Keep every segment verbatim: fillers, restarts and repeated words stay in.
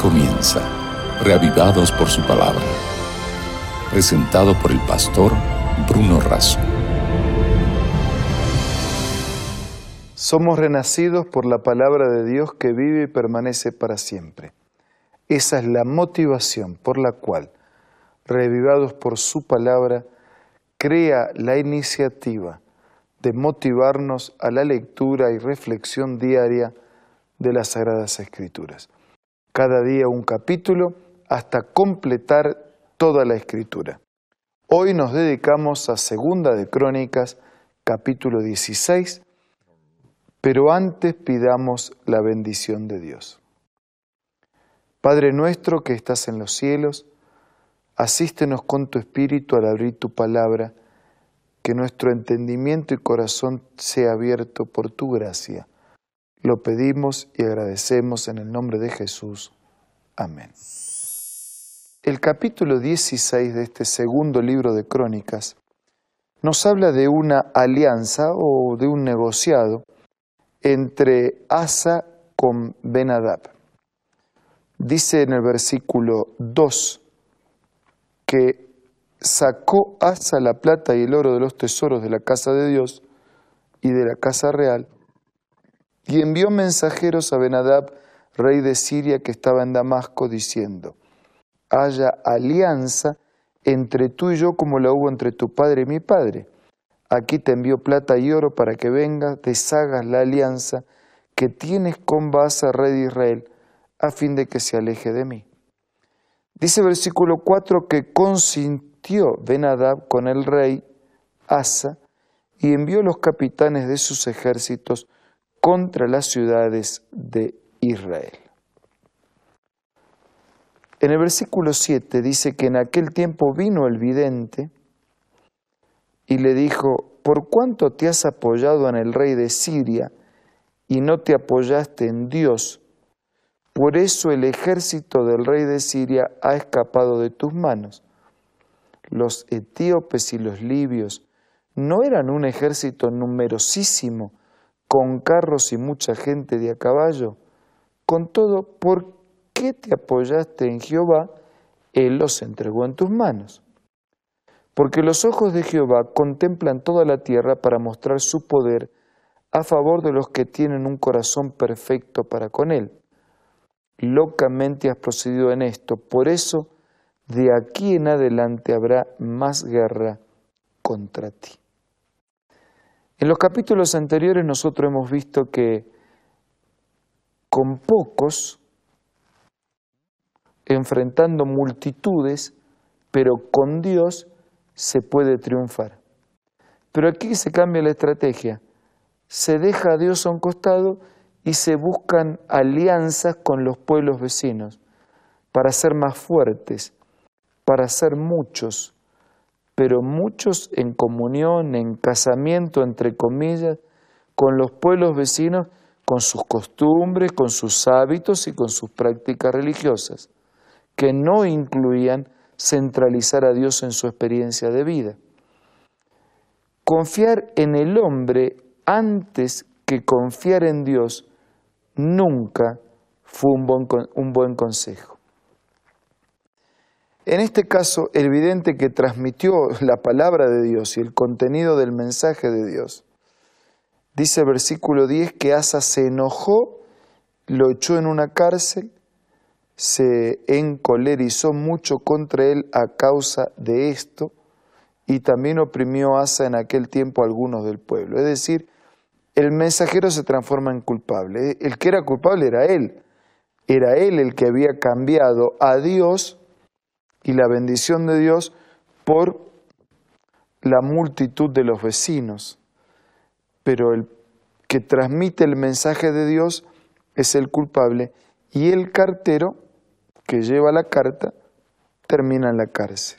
comienza, reavivados por su palabra. Presentado por el pastor Bruno Razo. Somos renacidos por la palabra de Dios que vive y permanece para siempre. Esa es la motivación por la cual, reavivados por su palabra, crea la iniciativa de motivarnos a la lectura y reflexión diaria de las Sagradas Escrituras. Cada día un capítulo hasta completar toda la Escritura. Hoy nos dedicamos a Segunda de Crónicas, capítulo dieciséis, pero antes pidamos la bendición de Dios. Padre nuestro que estás en los cielos, asístenos con tu Espíritu al abrir tu palabra, que nuestro entendimiento y corazón sea abierto por tu gracia. Lo pedimos y agradecemos en el nombre de Jesús. Amén. El capítulo dieciséis de este segundo libro de Crónicas nos habla de una alianza o de un negociado entre Asa con Ben-Hadad. Dice en el versículo dos que sacó Asa la plata y el oro de los tesoros de la casa de Dios y de la casa real y envió mensajeros a Ben-Hadad, rey de Siria, que estaba en Damasco, diciendo: haya alianza entre tú y yo como la hubo entre tu padre y mi padre. Aquí te envío plata y oro para que vengas, deshagas la alianza que tienes con Baasa, rey de Israel, a fin de que se aleje de mí. Dice el versículo cuatro que consintió Ben-Hadad con el rey Asa y envió los capitanes de sus ejércitos contra las ciudades de Israel. En el versículo siete dice que en aquel tiempo vino el vidente y le dijo: ¿por cuánto te has apoyado en el rey de Siria y no te apoyaste en Dios? Por eso el ejército del rey de Siria ha escapado de tus manos. Los etíopes y los libios no eran un ejército numerosísimo, con carros y mucha gente de a caballo. Con todo, ¿por qué te apoyaste en Jehová? Él los entregó en tus manos. Porque los ojos de Jehová contemplan toda la tierra para mostrar su poder a favor de los que tienen un corazón perfecto para con él. Locamente has procedido en esto, por eso de aquí en adelante habrá más guerra contra ti. En los capítulos anteriores nosotros hemos visto que con pocos, enfrentando multitudes, pero con Dios se puede triunfar. Pero aquí se cambia la estrategia. Se deja a Dios a un costado y se buscan alianzas con los pueblos vecinos para ser más fuertes, para ser muchos, pero muchos en comunión, en casamiento, entre comillas, con los pueblos vecinos, con sus costumbres, con sus hábitos y con sus prácticas religiosas, que no incluían centralizar a Dios en su experiencia de vida. Confiar en el hombre antes que confiar en Dios nunca fue un buen, un buen consejo. En este caso, el vidente que transmitió la palabra de Dios y el contenido del mensaje de Dios, dice el versículo diez que Asa se enojó, lo echó en una cárcel, se encolerizó mucho contra él a causa de esto, y también oprimió Asa en aquel tiempo a algunos del pueblo. Es decir, el mensajero se transforma en culpable. El que era culpable era él. Era él el que había cambiado a Dios y la bendición de Dios por la multitud de los vecinos. Pero el que transmite el mensaje de Dios es el culpable, y el cartero que lleva la carta termina en la cárcel.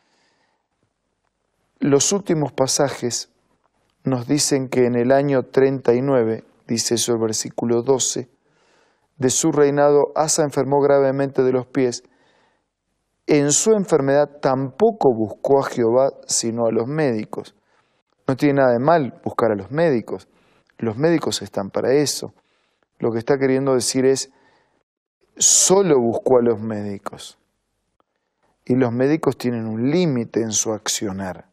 Los últimos pasajes nos dicen que en el año treinta y nueve, dice eso el versículo doce, de su reinado Asa enfermó gravemente de los pies. En su enfermedad tampoco buscó a Jehová sino a los médicos. No tiene nada de mal buscar a los médicos. Los médicos están para eso. Lo que está queriendo decir es, solo buscó a los médicos. Y los médicos tienen un límite en su accionar.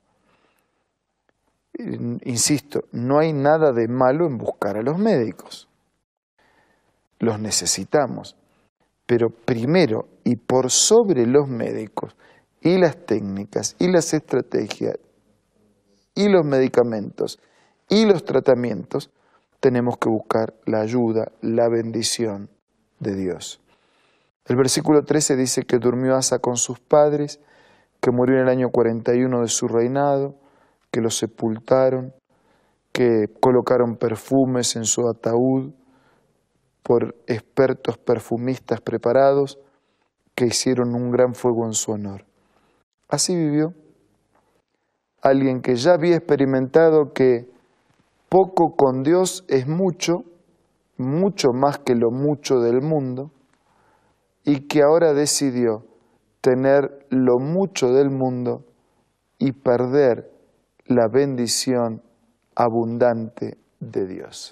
Insisto, no hay nada de malo en buscar a los médicos. Los necesitamos. Pero primero y por sobre los médicos y las técnicas y las estrategias y los medicamentos y los tratamientos, tenemos que buscar la ayuda, la bendición de Dios. El versículo trece dice que durmió Asa con sus padres, que murió en el año cuarenta y uno de su reinado, que lo sepultaron, que colocaron perfumes en su ataúd por expertos perfumistas preparados, que hicieron un gran fuego en su honor. Así vivió alguien que ya había experimentado que poco con Dios es mucho, mucho más que lo mucho del mundo, y que ahora decidió tener lo mucho del mundo y perder la bendición abundante de Dios.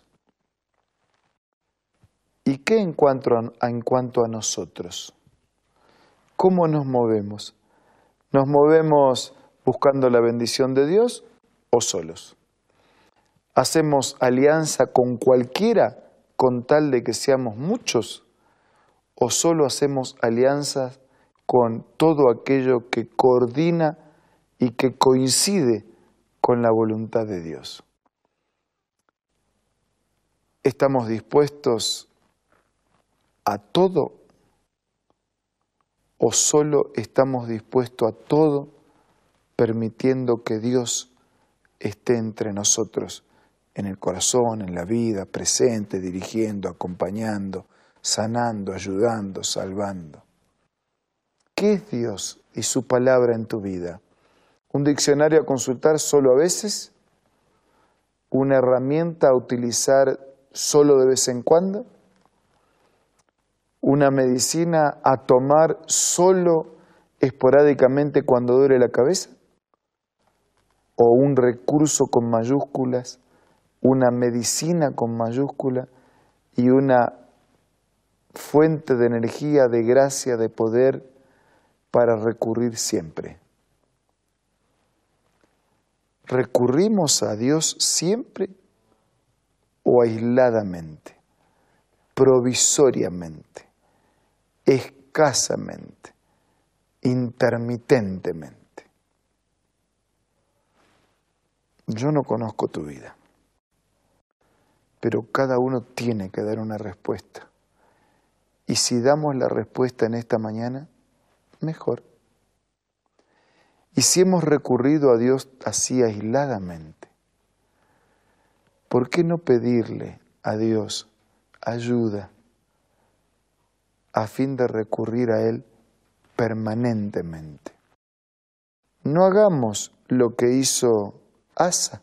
¿Y qué en cuanto a, en cuanto a nosotros? ¿Cómo nos movemos? ¿Nos movemos buscando la bendición de Dios o solos? ¿Hacemos alianza con cualquiera con tal de que seamos muchos? ¿O solo hacemos alianzas con todo aquello que coordina y que coincide con la voluntad de Dios? ¿Estamos dispuestos a todo o solo estamos dispuestos a todo permitiendo que Dios esté entre nosotros, en el corazón, en la vida, presente, dirigiendo, acompañando, sanando, ayudando, salvando? ¿Qué es Dios y su palabra en tu vida? ¿Un diccionario a consultar solo a veces? ¿Una herramienta a utilizar solo de vez en cuando? ¿Una medicina a tomar solo esporádicamente cuando duele la cabeza? ¿O un recurso con mayúsculas, una medicina con mayúscula y una fuente de energía, de gracia, de poder para recurrir siempre? ¿Recurrimos a Dios siempre o aisladamente, provisoriamente, escasamente, intermitentemente? Yo no conozco tu vida, pero cada uno tiene que dar una respuesta. Y si damos la respuesta en esta mañana, mejor. Y si hemos recurrido a Dios así aisladamente, ¿por qué no pedirle a Dios ayuda a fin de recurrir a Él permanentemente? No hagamos lo que hizo Asa,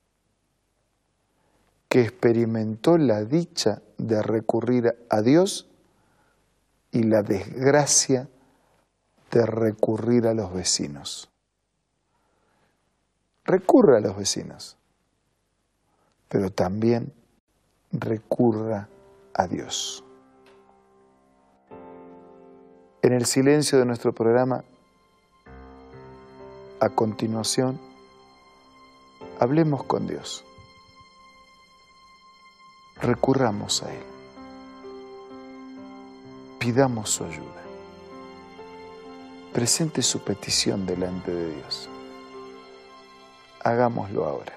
que experimentó la dicha de recurrir a Dios y la desgracia de recurrir a los vecinos. Recurra a los vecinos, pero también recurra a Dios. En el silencio de nuestro programa, a continuación, hablemos con Dios. Recurramos a Él. Pidamos su ayuda. Presente su petición delante de Dios. Hagámoslo ahora.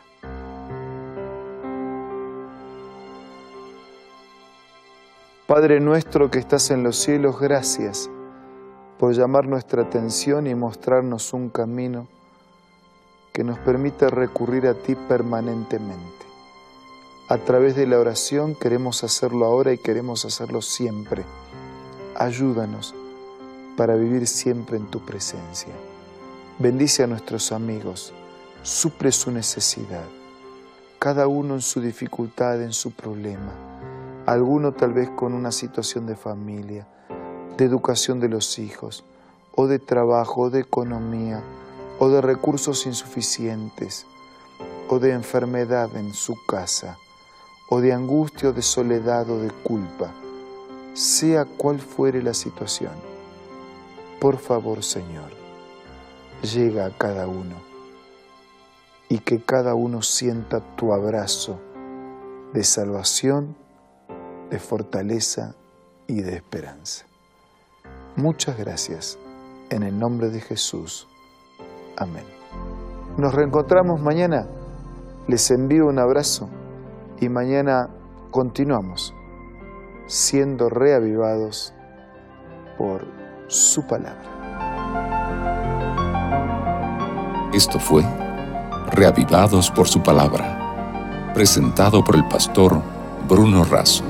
Padre nuestro que estás en los cielos, gracias por llamar nuestra atención y mostrarnos un camino que nos permite recurrir a ti permanentemente. A través de la oración queremos hacerlo ahora y queremos hacerlo siempre. Ayúdanos para vivir siempre en tu presencia. Bendice a nuestros amigos, suple su necesidad, cada uno en su dificultad, en su problema, alguno tal vez con una situación de familia, de educación de los hijos, o de trabajo, o de economía, o de recursos insuficientes, o de enfermedad en su casa, o de angustia, o de soledad, o de culpa. sea cual fuere la situación. Por favor, Señor, llega a cada uno y que cada uno sienta tu abrazo de salvación, de fortaleza y de esperanza. Muchas gracias. En el nombre de Jesús. Amén. Nos reencontramos mañana. Les envío un abrazo y mañana continuamos siendo reavivados por su palabra. Esto fue Reavivados por su palabra, presentado por el pastor Bruno Razo.